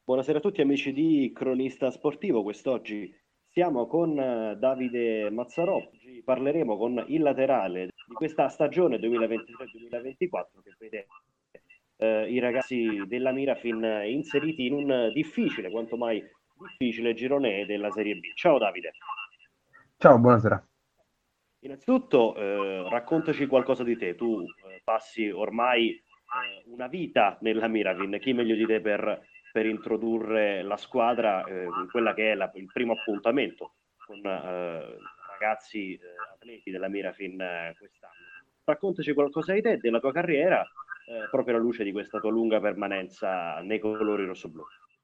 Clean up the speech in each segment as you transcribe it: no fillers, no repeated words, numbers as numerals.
Buonasera a tutti amici di Cronista Sportivo. Quest'oggi siamo con Davide Mazzarò. Oggi parleremo con il laterale di questa stagione 2023-2024 che vede i ragazzi della Mirafin inseriti in un difficile, quanto mai difficile girone della Serie B. Ciao Davide. Ciao, buonasera. Innanzitutto raccontaci qualcosa di te. Tu passi ormai una vita nella Miravin. Chi meglio di te per introdurre la squadra in quella che è il primo appuntamento con ragazzi atleti della Miravin quest'anno. Raccontaci qualcosa di te, della tua carriera, proprio alla luce di questa tua lunga permanenza nei colori rossoblù.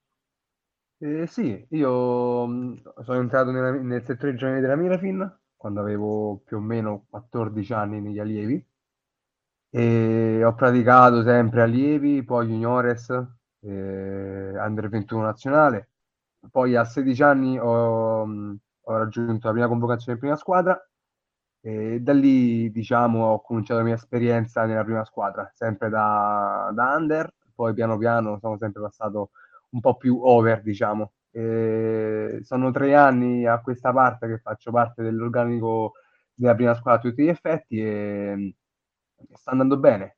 Sì, io sono entrato nel settore giovanile della Mirafin quando avevo più o meno 14 anni negli allievi e ho praticato sempre allievi, poi juniores, under 21 nazionale. Poi a 16 anni ho raggiunto la prima convocazione in prima squadra e da lì, diciamo, ho cominciato la mia esperienza nella prima squadra, sempre da under, poi piano piano sono sempre passato un po' più over, diciamo. Sono 3 anni a questa parte che faccio parte dell'organico della prima squadra a tutti gli effetti e sta andando bene.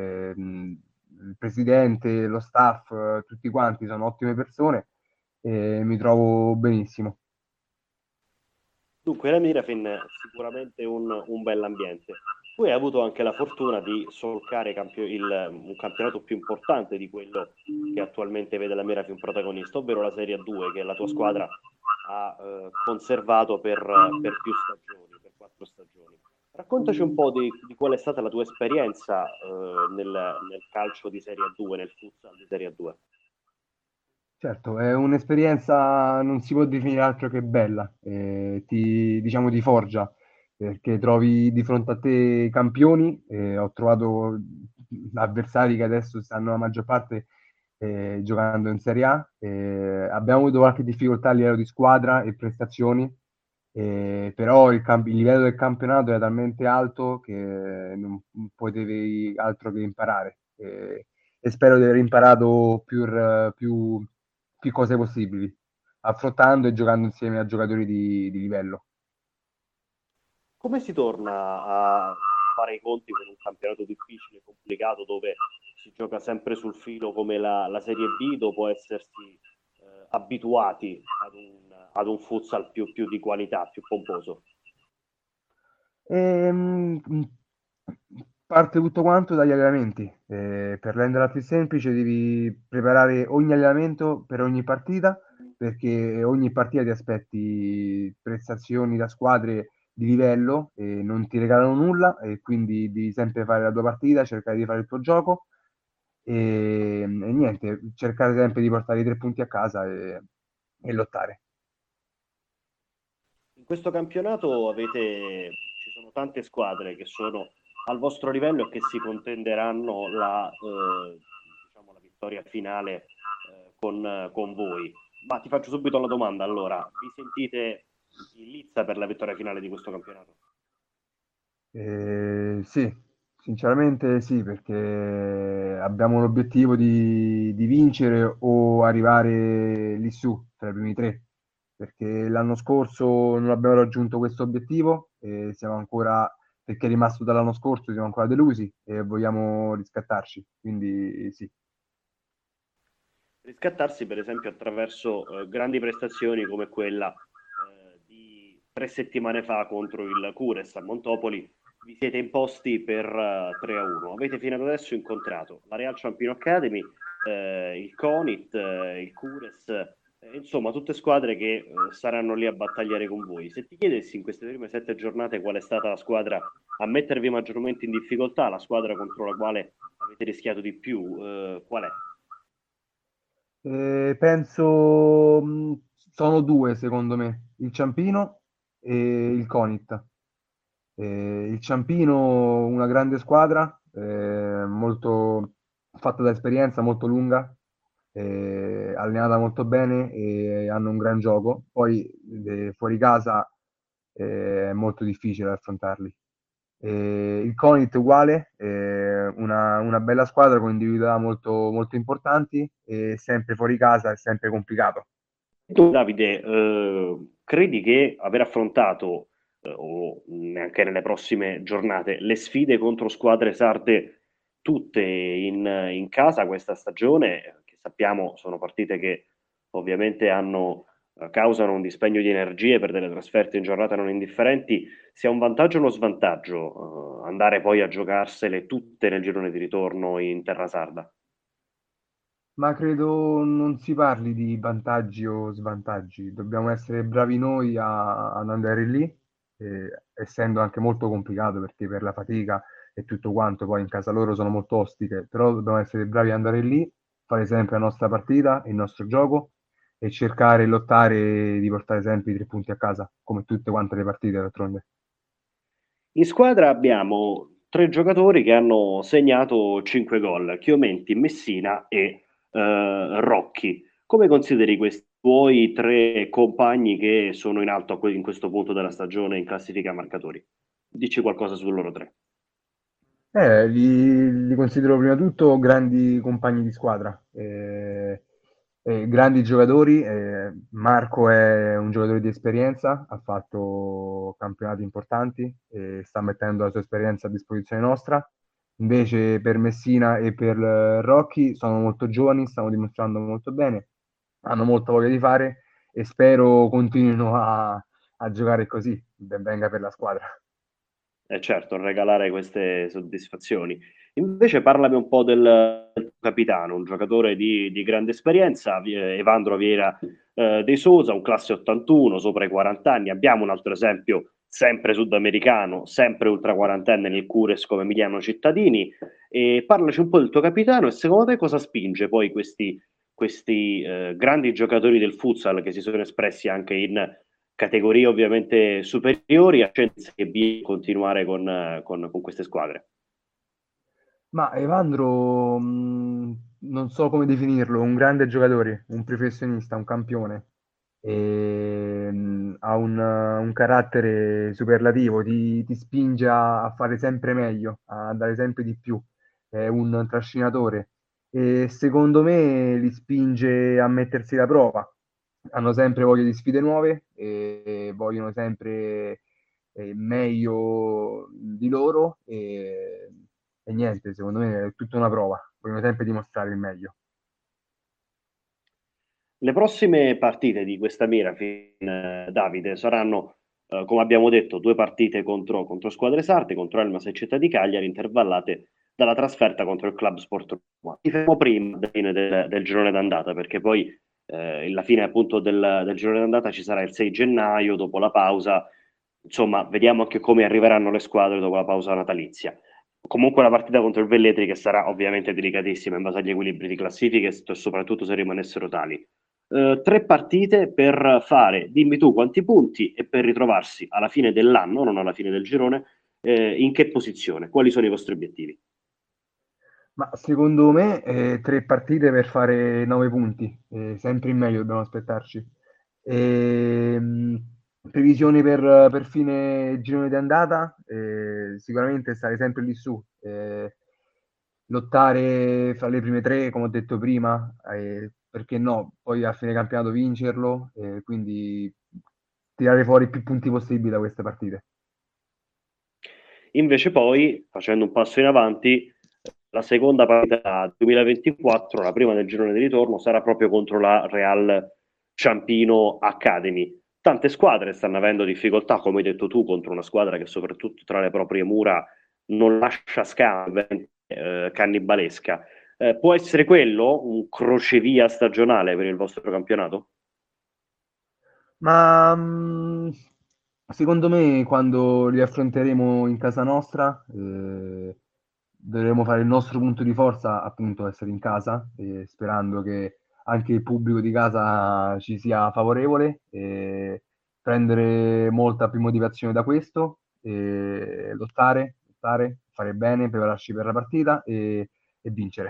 Il presidente, lo staff, tutti quanti sono ottime persone e mi trovo benissimo. Dunque, la Mirafin è sicuramente un bell'ambiente. Tu hai avuto anche la fortuna di solcare un campionato più importante di quello che attualmente vede la Mirafin protagonista, ovvero la Serie A2, che la tua squadra ha conservato per più stagioni, per 4 stagioni. Raccontaci un po' di qual è stata la tua esperienza nel calcio di Serie A2, nel futsal di Serie A2. Certo, è un'esperienza, non si può definire altro che bella, diciamo, ti forgia, perché trovi di fronte a te campioni, ho trovato avversari che adesso stanno la maggior parte giocando in Serie A, abbiamo avuto qualche difficoltà a livello di squadra e prestazioni, però il livello del campionato è talmente alto che non potevi altro che imparare. E spero di aver imparato più cose possibili, affrontando e giocando insieme a giocatori di livello. Come si torna a fare i conti con un campionato difficile, complicato, dove si gioca sempre sul filo come la Serie B, dopo essersi abituati ad un futsal più di qualità, più pomposo? Ehm, Parte tutto quanto dagli allenamenti. Per renderla più semplice devi preparare ogni allenamento per ogni partita, perché ogni partita ti aspetti prestazioni da squadre di livello e non ti regalano nulla e quindi devi sempre fare la tua partita, cercare di fare il tuo gioco e niente, cercare sempre di portare i 3 punti a casa e lottare. In questo campionato ci sono tante squadre che sono al vostro livello e che si contenderanno diciamo, la vittoria finale con voi. Ma ti faccio subito una domanda, allora, vi sentite in lizza per la vittoria finale di questo campionato? Sì, sinceramente sì, perché abbiamo l'obiettivo di vincere o arrivare lì su, tra i primi tre, perché l'anno scorso non abbiamo raggiunto questo obiettivo e siamo ancora, perché è rimasto dall'anno scorso, siamo ancora delusi e vogliamo riscattarci, quindi sì. Riscattarsi, per esempio, attraverso grandi prestazioni come quella di 3 settimane fa contro il Cures a Montopoli. Vi siete imposti per 3-1. Avete fino ad adesso incontrato la Real Ciampino Academy, il Conit, il Cures, insomma, tutte squadre che saranno lì a battagliare con voi. Se ti chiedessi in queste prime 7 giornate qual è stata la squadra a mettervi maggiormente in difficoltà, la squadra contro la quale avete rischiato di più, qual è? Penso sono due secondo me, il Ciampino e il Conit. Il Ciampino, una grande squadra, molto fatta da esperienza, molto lunga, allenata molto bene e hanno un gran gioco. Poi fuori casa è molto difficile affrontarli. Il Conit uguale, una bella squadra con individualità molto, molto importanti e sempre fuori casa è sempre complicato. Tu, Davide, credi che aver affrontato, o neanche nelle prossime giornate, le sfide contro squadre sarde tutte in casa questa stagione, che sappiamo sono partite che ovviamente causano un dispendio di energie per delle trasferte in giornata non indifferenti, sia un vantaggio o uno svantaggio, andare poi a giocarsele tutte nel girone di ritorno in terra sarda? Ma credo non si parli di vantaggi o svantaggi, dobbiamo essere bravi noi ad andare lì, essendo anche molto complicato perché per la fatica e tutto quanto, poi in casa loro sono molto ostiche, però dobbiamo essere bravi ad andare lì, fare sempre la nostra partita, il nostro gioco e cercare di lottare di portare sempre i 3 punti a casa, come tutte quante le partite d'altronde. In squadra abbiamo tre giocatori che hanno segnato 5 gol, Chiomenti, Messina e Rocchi. Come consideri questi tuoi tre compagni che sono in alto in questo punto della stagione in classifica marcatori? Dici qualcosa su loro tre. Li considero prima di tutto grandi compagni di squadra, grandi giocatori. Marco è un giocatore di esperienza, ha fatto campionati importanti e sta mettendo la sua esperienza a disposizione nostra. Invece per Messina e per Rocchi sono molto giovani, stanno dimostrando molto bene, hanno molta voglia di fare e spero continuino a giocare così, ben venga per la squadra. Certo, regalare queste soddisfazioni. Invece parlami un po' del capitano, un giocatore di grande esperienza, Evandro Vieira De Sousa, un classe 81, sopra i 40 anni. Abbiamo un altro esempio, sempre sudamericano, sempre ultra quarantenne nel Cures come Emiliano Cittadini. E parlaci un po' del tuo capitano e secondo te cosa spinge poi questi grandi giocatori del futsal che si sono espressi anche in categorie ovviamente superiori a Scienze e B continuare con queste squadre. Ma Evandro, non so come definirlo, un grande giocatore, un professionista, un campione. Ha un carattere superlativo, ti spinge a fare sempre meglio, a dare sempre di più. È un trascinatore e secondo me li spinge a mettersi alla prova. Hanno sempre voglia di sfide nuove e vogliono sempre meglio di loro e niente, secondo me è tutta una prova, vogliono sempre dimostrare il meglio. Le prossime partite di questa Mirafin, Davide, saranno, come abbiamo detto, due partite contro squadre sarde, contro Elmas e Città di Cagliari, intervallate dalla trasferta contro il Club Sport Roma. Ti fermo prima della fine del girone d'andata, perché poi la fine appunto del girone d'andata ci sarà il 6 gennaio, dopo la pausa. Insomma, vediamo anche come arriveranno le squadre dopo la pausa natalizia. Comunque la partita contro il Velletri che sarà ovviamente delicatissima in base agli equilibri di classifiche e soprattutto se rimanessero tali. Tre partite per fare, dimmi tu quanti punti e per ritrovarsi alla fine dell'anno, non alla fine del girone, in che posizione? Quali sono i vostri obiettivi? Ma secondo me 3 partite per fare 9 punti, sempre in meglio dobbiamo aspettarci. Previsioni per fine girone di andata, sicuramente stare sempre lì su, lottare fra le prime 3, come ho detto prima, perché no, poi a fine campionato vincerlo, quindi tirare fuori più punti possibili da queste partite. Invece poi, facendo un passo in avanti, la seconda partita 2024, la prima del girone di ritorno, sarà proprio contro la Real Ciampino Academy. Tante squadre stanno avendo difficoltà, come hai detto tu, contro una squadra che soprattutto tra le proprie mura non lascia scampi, cannibalesca. Può essere quello un crocevia stagionale per il vostro campionato? Ma secondo me quando li affronteremo in casa nostra dovremo fare il nostro punto di forza, appunto essere in casa, sperando che anche il pubblico di casa ci sia favorevole, prendere molta più motivazione da questo, lottare, fare bene, prepararci per la partita e vincere.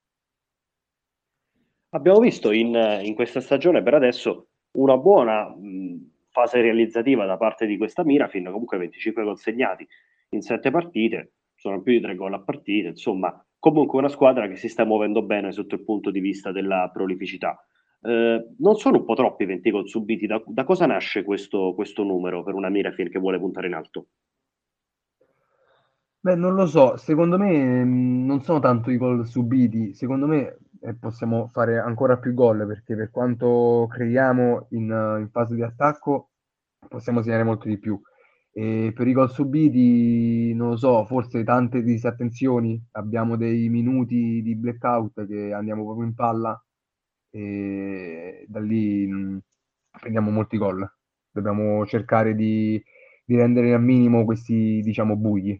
Abbiamo visto in questa stagione per adesso una buona fase realizzativa da parte di questa Mirafin, comunque 25 consegnati in 7 partite, sono più di 3 gol a partita, insomma, comunque una squadra che si sta muovendo bene sotto il punto di vista della prolificità. Non sono un po' troppi 20 gol subiti? Da cosa nasce questo numero per una Mirafield che vuole puntare in alto? Beh, non lo so, secondo me non sono tanto i gol subiti, secondo me possiamo fare ancora più gol perché per quanto creiamo in fase di attacco possiamo segnare molto di più. E per i gol subiti, non lo so, forse tante disattenzioni, abbiamo dei minuti di blackout che andiamo proprio in palla e da lì prendiamo molti gol. Dobbiamo cercare di rendere al minimo questi, diciamo, bugli.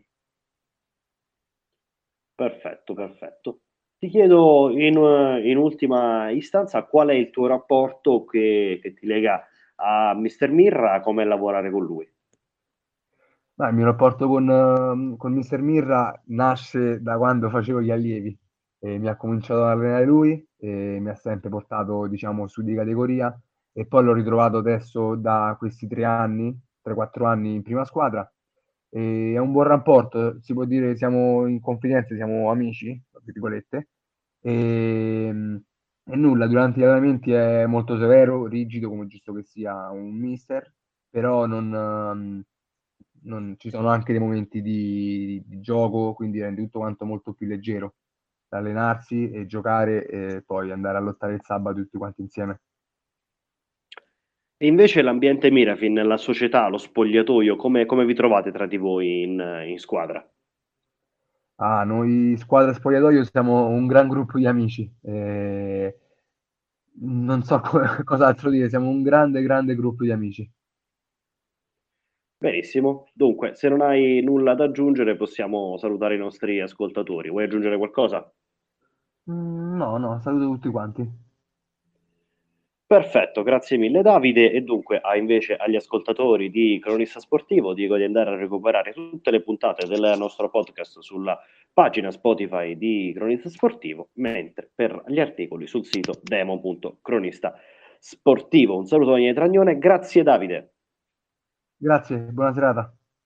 Perfetto, perfetto. Ti chiedo in ultima istanza qual è il tuo rapporto che ti lega a Mr. Mirra, come lavorare con lui. Ma il mio rapporto con Mister Mirra nasce da quando facevo gli allievi. Mi ha cominciato ad allenare lui e mi ha sempre portato, diciamo, su di categoria e poi l'ho ritrovato adesso da questi 3 anni, 3-4 anni in prima squadra. E è un buon rapporto, si può dire siamo in confidenza, siamo amici, tra virgolette. E, e nulla, durante gli allenamenti è molto severo, rigido, come giusto che sia un mister, però ci sono anche dei momenti di gioco, quindi rende tutto quanto molto più leggero. Allenarsi e giocare e poi andare a lottare il sabato tutti quanti insieme. E invece l'ambiente Mirafin, la società, lo spogliatoio, come vi trovate tra di voi in squadra? Ah, noi squadra spogliatoio siamo un gran gruppo di amici. Non so cos'altro dire, siamo un grande, grande gruppo di amici. Benissimo, dunque, se non hai nulla da aggiungere, possiamo salutare i nostri ascoltatori. Vuoi aggiungere qualcosa? No, no, saluto tutti quanti. Perfetto, grazie mille Davide. E dunque, invece agli ascoltatori di Cronista Sportivo, dico di andare a recuperare tutte le puntate del nostro podcast sulla pagina Spotify di Cronista Sportivo, mentre per gli articoli sul sito demo.cronista sportivo. Un saluto da Daniele Tragnone, grazie Davide. Grazie, buona serata.